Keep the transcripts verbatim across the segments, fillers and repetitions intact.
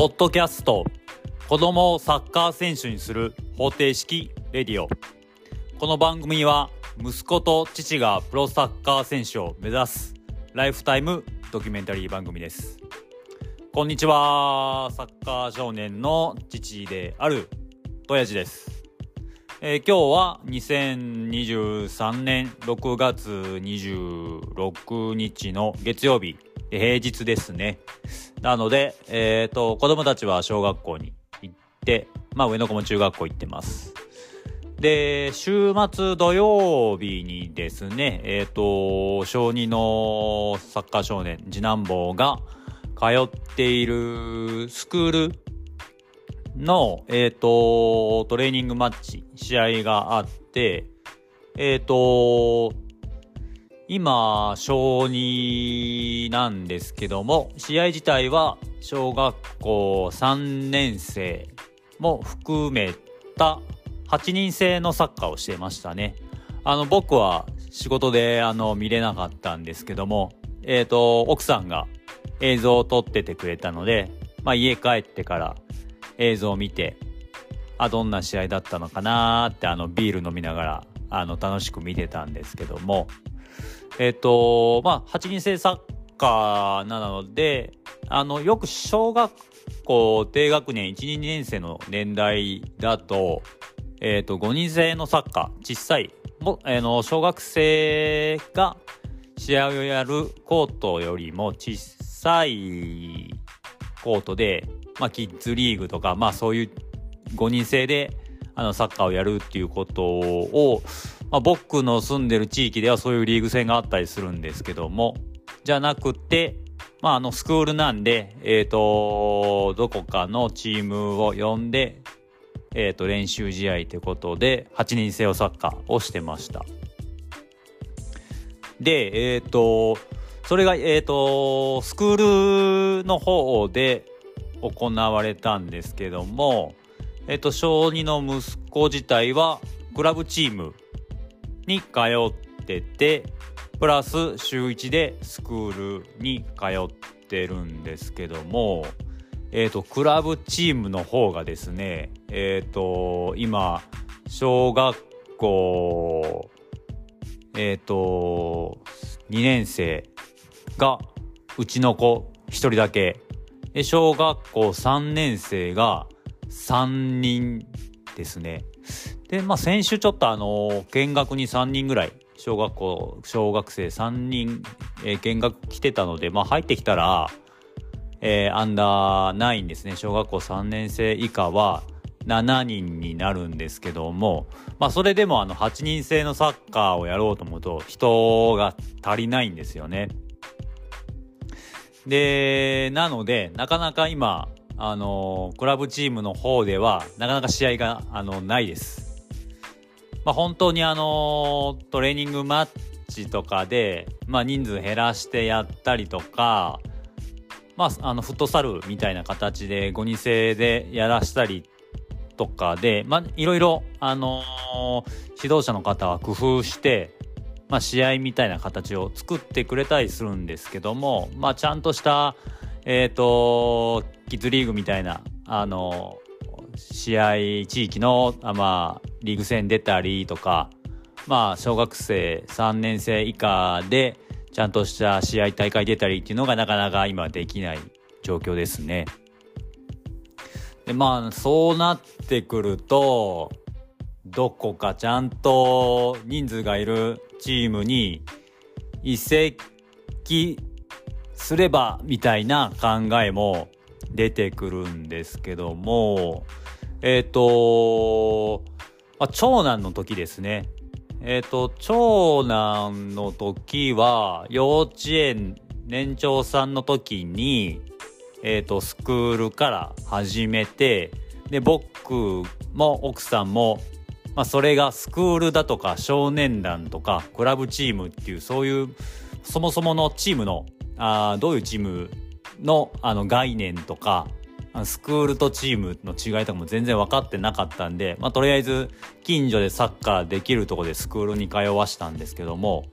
ポッドキャスト、子供をサッカー選手にする方程式レディオ。この番組は息子と父がプロサッカー選手を目指すライフタイムドキュメンタリー番組です。こんにちは。サッカー少年の父であるとやじです。えー、今日はにせんにじゅうさんねんろくがつにじゅうろくにちの月曜日、平日ですね。なので、えーと、子供たちは小学校に行って、まあ上の子も中学校行ってます。で、週末土曜日にですね、えーと、小にのサッカー少年、次男坊が通っているスクールの、えーと、トレーニングマッチ、試合があって、えーと、今、小になんですけども、試合自体は小学校さんねん生も含めたはちにん制のサッカーをしていましたね。あの、僕は仕事であの見れなかったんですけども、えーと、奥さんが映像を撮っててくれたので、まあ家帰ってから映像を見て、あ、どんな試合だったのかなーってあのビール飲みながらあの楽しく見てたんですけども、えっとまあはちにん制サッカーなので、あのよく小学校低学年いち、にねん生の年代だと、えっとごにん制のサッカー、小さいもあの小学生が試合をやるコートよりも小さいコートで、まあ、キッズリーグとか、まあそういうごにん制であのサッカーをやるっていうことを、まあ、僕の住んでる地域ではそういうリーグ戦があったりするんですけども、じゃなくて、まああのスクールなんで、えっと、どこかのチームを呼んで、えっと、練習試合ということで、はちにん制をサッカーをしてました。で、えっと、それが、えっと、スクールの方で行われたんですけども、えっと、小にの息子自体はクラブチームに通ってて、プラス週いちでスクールに通ってるんですけども、えっと、クラブチームの方がですね、えっと、今、小学校、えっと、にねん生がうちの子ひとりだけ、で小学校さんねん生がさんにんですね。で、まあ先週ちょっとあの見学にさんにんぐらい小学校小学生さんにん、えー、見学来てたので、まあ入ってきたら、えー、アンダーナインですね。小学校さんねん生以下はしちにんになるんですけども、まあそれでもあのはちにん制のサッカーをやろうと思うと人が足りないんですよね。で、なのでなかなか今あのクラブチームの方ではなかなか試合があのないです。まあ本当にあのトレーニングマッチとかで、まあ人数減らしてやったりとか、まああのフットサルみたいな形でごにん制でやらしたりとかで、まあいろいろあの指導者の方は工夫して、まあ試合みたいな形を作ってくれたりするんですけども、まあちゃんとしたえっとキッズリーグみたいなあの試合、地域のあまあリーグ戦出たりとか、まあ小学生さんねん生以下でちゃんとした試合大会出たりっていうのがなかなか今できない状況ですね。で、まあそうなってくると、どこかちゃんと人数がいるチームに移籍すればみたいな考えも出てくるんですけども、えっと、まあ、長男の時ですね。えっと、長男の時は幼稚園年長さんの時に、えっと、スクールから始めて、で、僕も奥さんも、まあ、それがスクールだとか少年団とかクラブチームっていう、そういうそもそものチームのあどういうチームのあの概念とか、スクールとチームの違いとかも全然分かってなかったんで、まあとりあえず近所でサッカーできるところでスクールに通わしたんですけども、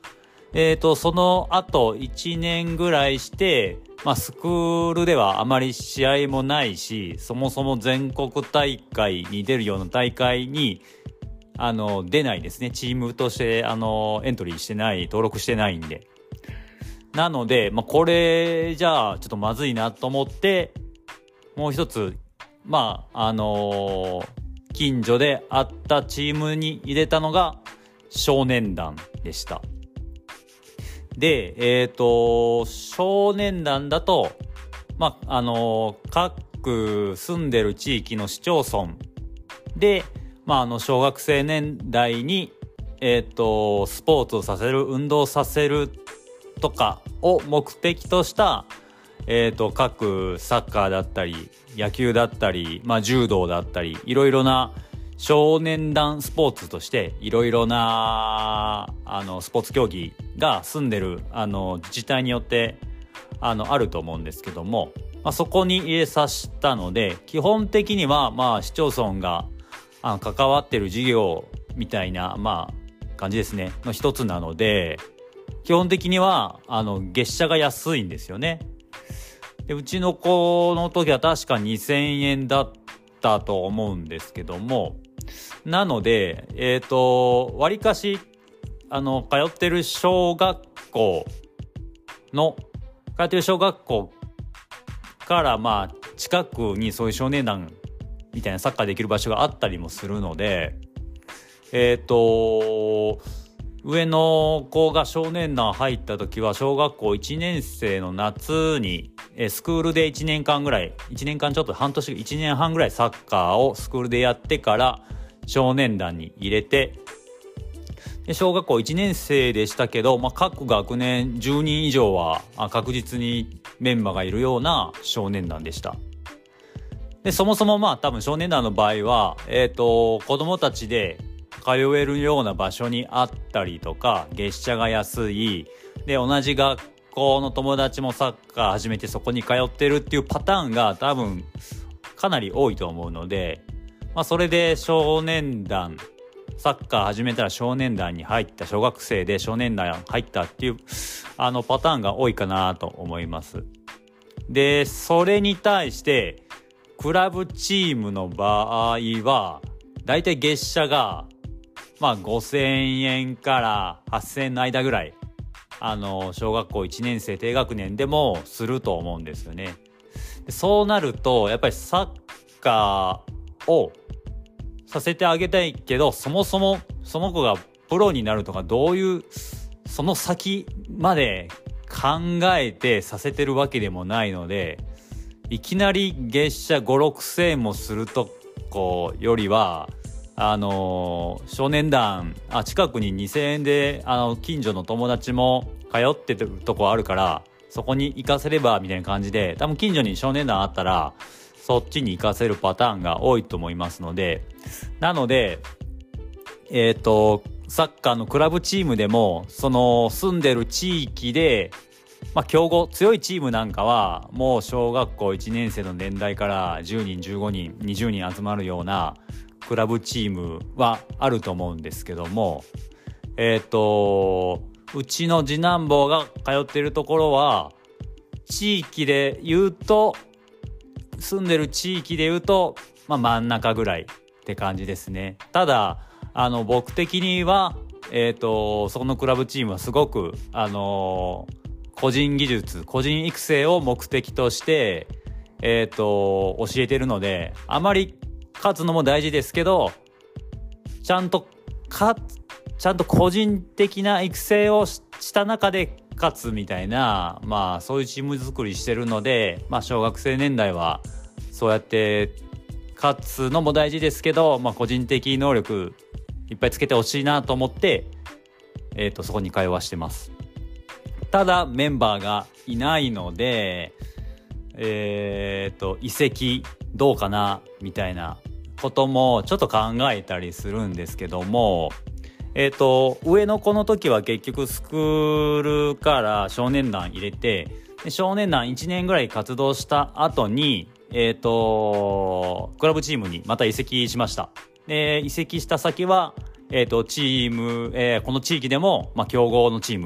えっと、その後いちねんぐらいして、まあ、スクールではあまり試合もないし、そもそも全国大会に出るような大会に、あの、出ないですね。チームとして、あの、エントリーしてない、登録してないんで。なので、まあ、これじゃあ、ちょっとまずいなと思って、もう一つ、まあ、あのー、近所であったチームに入れたのが少年団でした。で、えっと、少年団だと、まあ、あのー、各住んでる地域の市町村で、まあ、あの、小学生年代に、えっと、スポーツをさせる、運動させるとかを目的とした、えっと、各サッカーだったり、野球だったり、まあ、柔道だったり、いろいろな少年団スポーツとして、いろいろな、あの、スポーツ競技が住んでる、あの、自治体によって、あの、あると思うんですけども、まあ、そこに入れさせたので、基本的には、まあ、市町村が、あの、関わってる事業みたいな、まあ、感じですね、の一つなので、基本的には、あの、月謝が安いんですよね。で、うちの子の時は確かにせんえんだったと思うんですけども、なので、えっと、割かし、あの、通ってる小学校の、通ってる小学校から、まあ、近くにそういう少年団みたいなサッカーできる場所があったりもするので、えっと、上の子が少年団入った時は小学校いちねん生の夏にスクールでいちねんかんぐらいいちねんかんちょっと半年いちねんはんぐらいサッカーをスクールでやってから少年団に入れて、で小学校いちねん生でしたけど、まあ、各学年じゅうにん以上は確実にメンバーがいるような少年団でした。でそもそもまあ多分少年団の場合は、えーと、子供たちで通えるような場所にあったりとか、月謝が安いで同じ学校の友達もサッカー始めてそこに通ってるっていうパターンが多分かなり多いと思うので、まあ、それで少年団サッカー始めたら少年団に入った、小学生で少年団入ったっていうあのパターンが多いかなと思います。でそれに対してクラブチームの場合はだいたい月謝がまあごせんえんからはっせんえんの間ぐらい、あの小学校いちねん生低学年でもすると思うんですよね。でそうなるとやっぱりサッカーをさせてあげたいけど、そもそもその子がプロになるとかどういうその先まで考えてさせてるわけでもないので、いきなり月謝ご、ろくせんえんもするとこよりはあのー、少年団あ近くににせんえんであの近所の友達も通ってるとこあるからそこに行かせればみたいな感じで、多分近所に少年団あったらそっちに行かせるパターンが多いと思いますので、なのでえっとサッカーのクラブチームでもその住んでる地域で、まあ、強豪強いチームなんかはもう小学校いちねん生の年代からじゅうにんじゅうごにんにじゅうにん集まるようなクラブチームはあると思うんですけども、えっとうちの次男坊が通っているところは地域で言うと住んでる地域で言うと、まあ、真ん中ぐらいって感じですね。ただあの僕的には、えっとそのクラブチームはすごくあの個人技術個人育成を目的としてえっと教えてるので、あまり勝つのも大事ですけど、ちゃんとかちゃんと個人的な育成をした中で勝つみたいな、まあそういうチーム作りしてるので、まあ小学生年代はそうやって勝つのも大事ですけど、まあ個人的能力いっぱいつけてほしいなと思って、えっとそこに通わしてます。ただメンバーがいないので、えっと移籍どうかなみたいなこともちょっと考えたりするんですけども、えっと上の子の時は結局スクールから少年団入れて、で少年団いちねんぐらい活動した後にえっとクラブチームにまた移籍しました。で移籍した先はえっとチーム、えー、この地域でもまあ強豪のチーム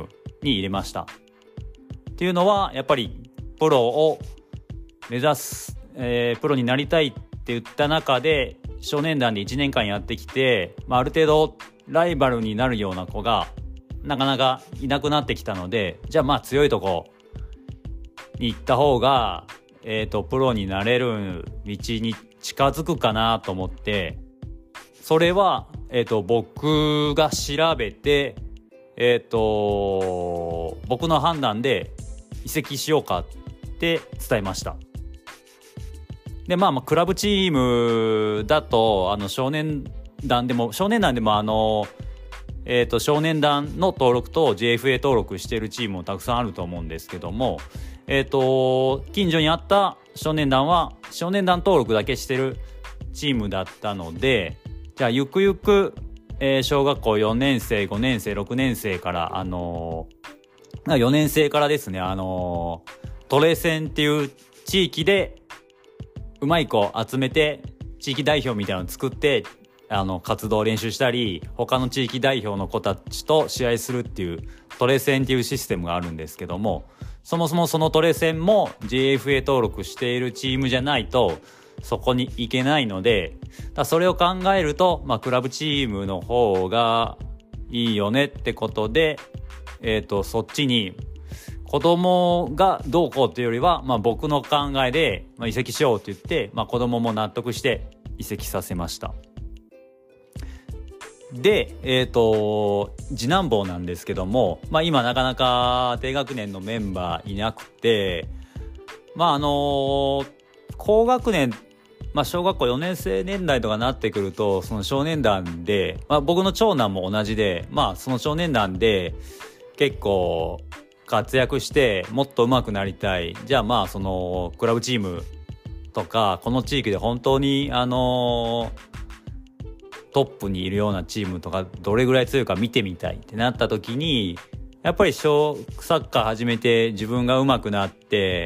に入れました。っていうのはやっぱりプロを目指す、えー、プロになりたいって言った中で少年団でいちねんかんやってきて、まあ、ある程度ライバルになるような子がなかなかいなくなってきたので、じゃあまあ強いとこに行った方が、えーと、プロになれる道に近づくかなと思って、それは、えーと、僕が調べて、えーと、僕の判断で移籍しようかって伝えました。で、まあまあクラブチームだと、あの少年団でも、少年団でもあの、えーと、少年団の登録と ジェイエフエー 登録しているチームもたくさんあると思うんですけども、えーと、近所にあった少年団は少年団登録だけしてるチームだったので、じゃあゆくゆく、えー、小学校よねん生、ごねん生、ろくねん生から、あのー、よねん生からですね、あのー、トレセンっていう地域でうまい子集めて地域代表みたいなのを作って、あの活動練習したり、他の地域代表の子たちと試合するっていうトレセンっていうシステムがあるんですけども、そもそもそのトレセンも ジェイエフエー 登録しているチームじゃないとそこに行けないので、だそれを考えると、まあ、クラブチームの方がいいよねってことで、えーと、そっちに子供がどうこうっていうよりは、まあ、僕の考えで、まあ、移籍しようって言って、まあ、子供も納得して移籍させました。で、えっと、次男坊なんですけども、まあ今なかなか低学年のメンバーいなくて、まああの、高学年、まあ小学校よねん生年代とかなってくると、その少年団で、まあ僕の長男も同じで、まあその少年団で結構活躍してもっと上手くなりたい。じゃあまあそのクラブチームとか、この地域で本当にあのトップにいるようなチームとかどれぐらい強いか見てみたいってなった時に、やっぱり小サッカー始めて自分が上手くなって、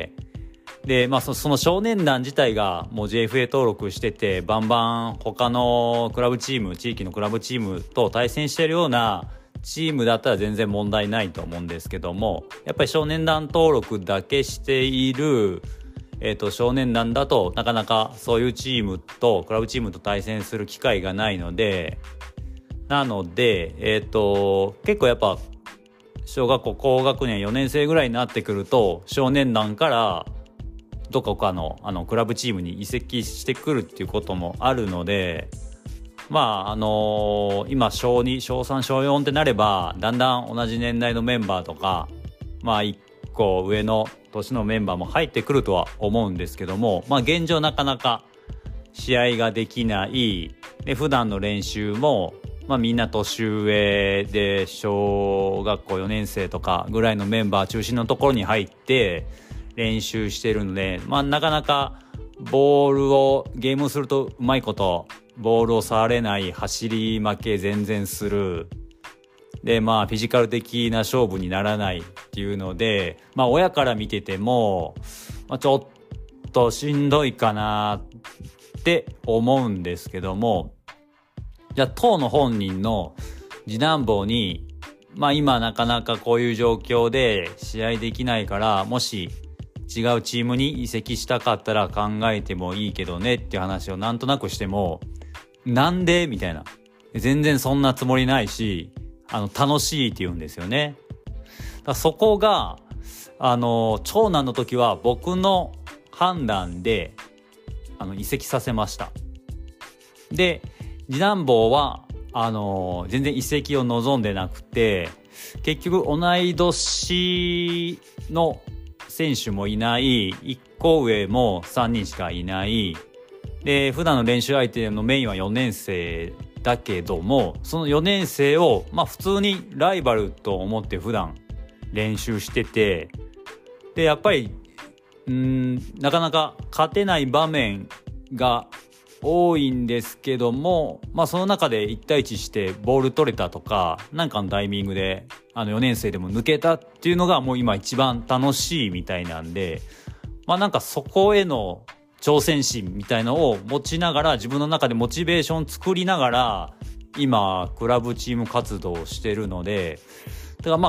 でまあ そ, その少年団自体がもう ジェイエフエー 登録してて、バンバン他のクラブチーム、地域のクラブチームと対戦してるようなチームだったら全然問題ないと思うんですけども、やっぱり少年団登録だけしているえーと、少年団だとなかなかそういうチームとクラブチームと対戦する機会がないので、なので、えーと、結構やっぱ小学校高学年よねん生ぐらいになってくると少年団からどこかのあのクラブチームに移籍してくるっていうこともあるので、まああのー、今小に、小さん、小よんってなればだんだん同じ年代のメンバーとか、まあいっこ上の年のメンバーも入ってくるとは思うんですけども、まあ現状なかなか試合ができないで、普段の練習もまあみんな年上で小学校よねん生とかぐらいのメンバー中心のところに入って練習してるので、まあなかなかボールをゲームするとうまいことボールを触れない、走り負け全然するで、まあフィジカル的な勝負にならないっていうので、まあ親から見てても、まあ、ちょっとしんどいかなって思うんですけども、じゃあ当の本人の次男坊に、まあ今なかなかこういう状況で試合できないから、もし違うチームに移籍したかったら考えてもいいけどねっていう話をなんとなくしても、なんでみたいな、全然そんなつもりないし、あの楽しいって言うんですよね。だからそこがあの長男の時は僕の判断であの移籍させました。で次男坊はあの全然移籍を望んでなくて、結局同い年の選手もいない、いっこ上もさんにんしかいない、で普段の練習相手のメインはよねん生だけども、そのよねん生をまあ普通にライバルと思って普段練習してて、でやっぱりうーんなかなか勝てない場面が多いんですけども、まあその中でいち対いちしてボール取れたとか、なんかのタイミングであのよねん生でも抜けたっていうのがもう今一番楽しいみたいなんで、まあなんかそこへの挑戦心みたいのを持ちながら、自分の中でモチベーション作りながら今クラブチーム活動をしてるので、だからまあ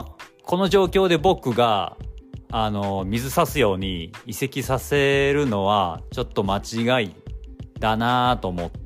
この状況で僕があの水差すように移籍させるのはちょっと間違いだなと思って、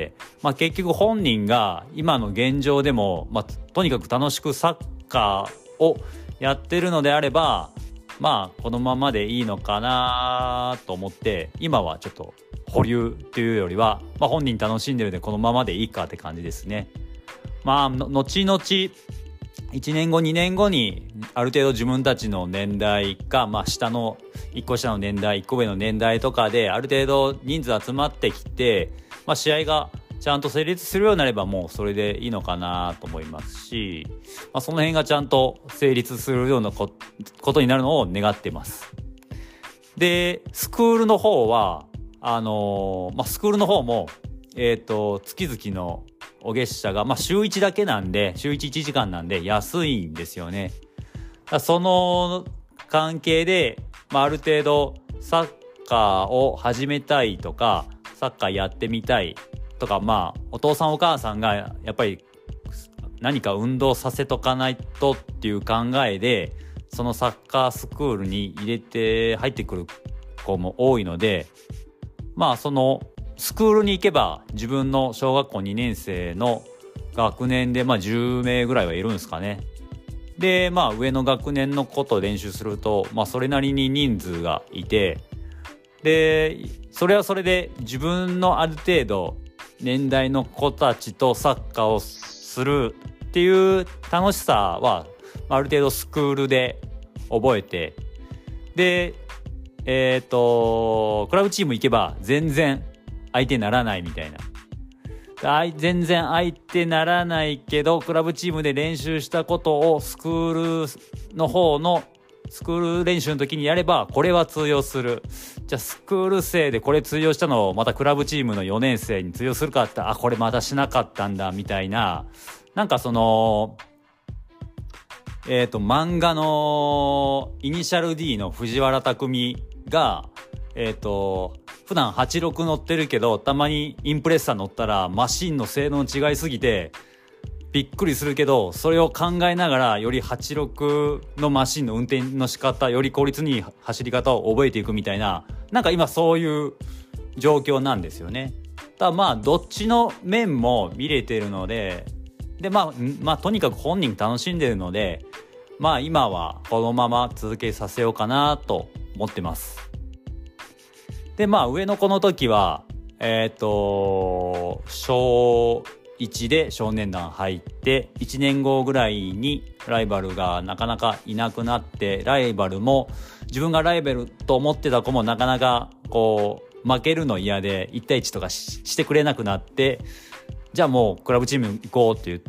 まあ、結局本人が今の現状でも、まあ、とにかく楽しくサッカーをやってるのであれば、まあこのままでいいのかなと思って、今はちょっと保留っていうよりは、まあ、本人楽しんでるんでこのままでいいかって感じですね。まあの後々いちねんごにねんごにある程度自分たちの年代か、まあ下のいっこ下の年代いっこ上の年代とかである程度人数集まってきて、まあ、試合がちゃんと成立するようになればもうそれでいいのかなと思いますし、まあ、その辺がちゃんと成立するようなこ ことになるのを願ってます。でスクールの方はあのーまあ、スクールの方も、えーと、月々のお月謝が、まあ、週いちだけなんで週いち、いちじかんなんで安いんですよね。だからその関係で、まあ、ある程度サッカーを始めたいとかサッカーやってみたいとか、まあお父さんお母さんがやっぱり何か運動させとかないとっていう考えでそのサッカースクールに入れて入ってくる子も多いので、まあそのスクールに行けば自分の小学校にねん生の学年でまあじゅうめいぐらいはいるんですかね。でまあ上の学年の子と練習すると、まあ、それなりに人数がいて、でそれはそれで自分のある程度年代の子たちとサッカーをするっていう楽しさはある程度スクールで覚えて、でえっとクラブチーム行けば全然相手にならないみたいな、全然相手ならないけどクラブチームで練習したことをスクールの方のスクール練習の時にやればこれは通用する。じゃあスクール生でこれ通用したのをまたクラブチームのよねん生に通用するかって、あこれまたしなかったんだみたいな、なんかそのえっと漫画のイニシャル D の藤原匠がえっと普段はちじゅうろく乗ってるけどたまにインプレッサー乗ったらマシンの性能違いすぎてびっくりするけど、それを考えながらよりはちじゅうろくのマシンの運転の仕方、より効率にいい走り方を覚えていくみたいな、なんか今そういう状況なんですよね。ただまあどっちの面も見れてるので、でまあまあとにかく本人楽しんでるので、まあ今はこのまま続けさせようかなと思ってます。でまあ上の子の時はえっと小いちで少年団入っていちねんごぐらいにライバルがなかなかいなくなって、ライバルも自分がライバルと思ってた子もなかなかこう負けるの嫌でいち対いちとか し, してくれなくなって、じゃあもうクラブチーム行こうって言って、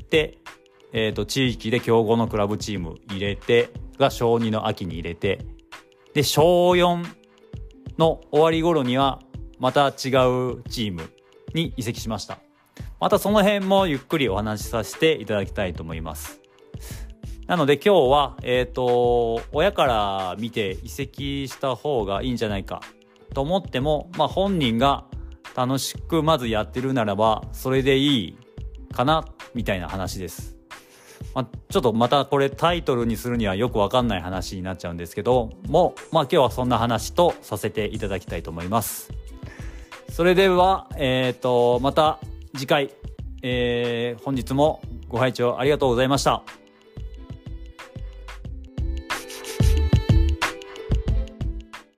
えーと地域で強豪のクラブチーム入れてが小にの秋に入れて、で小よんの終わり頃にはまた違うチームに移籍しました。またその辺もゆっくりお話しさせていただきたいと思います。なので今日はえっと親から見て移籍した方がいいんじゃないかと思っても、まあ本人が楽しくまずやってるならばそれでいいかなみたいな話です。まあ、ちょっとまたこれタイトルにするにはよくわかんない話になっちゃうんですけども、まあ今日はそんな話とさせていただきたいと思います。それではえっとまた次回、えー、本日もご拝聴ありがとうございました。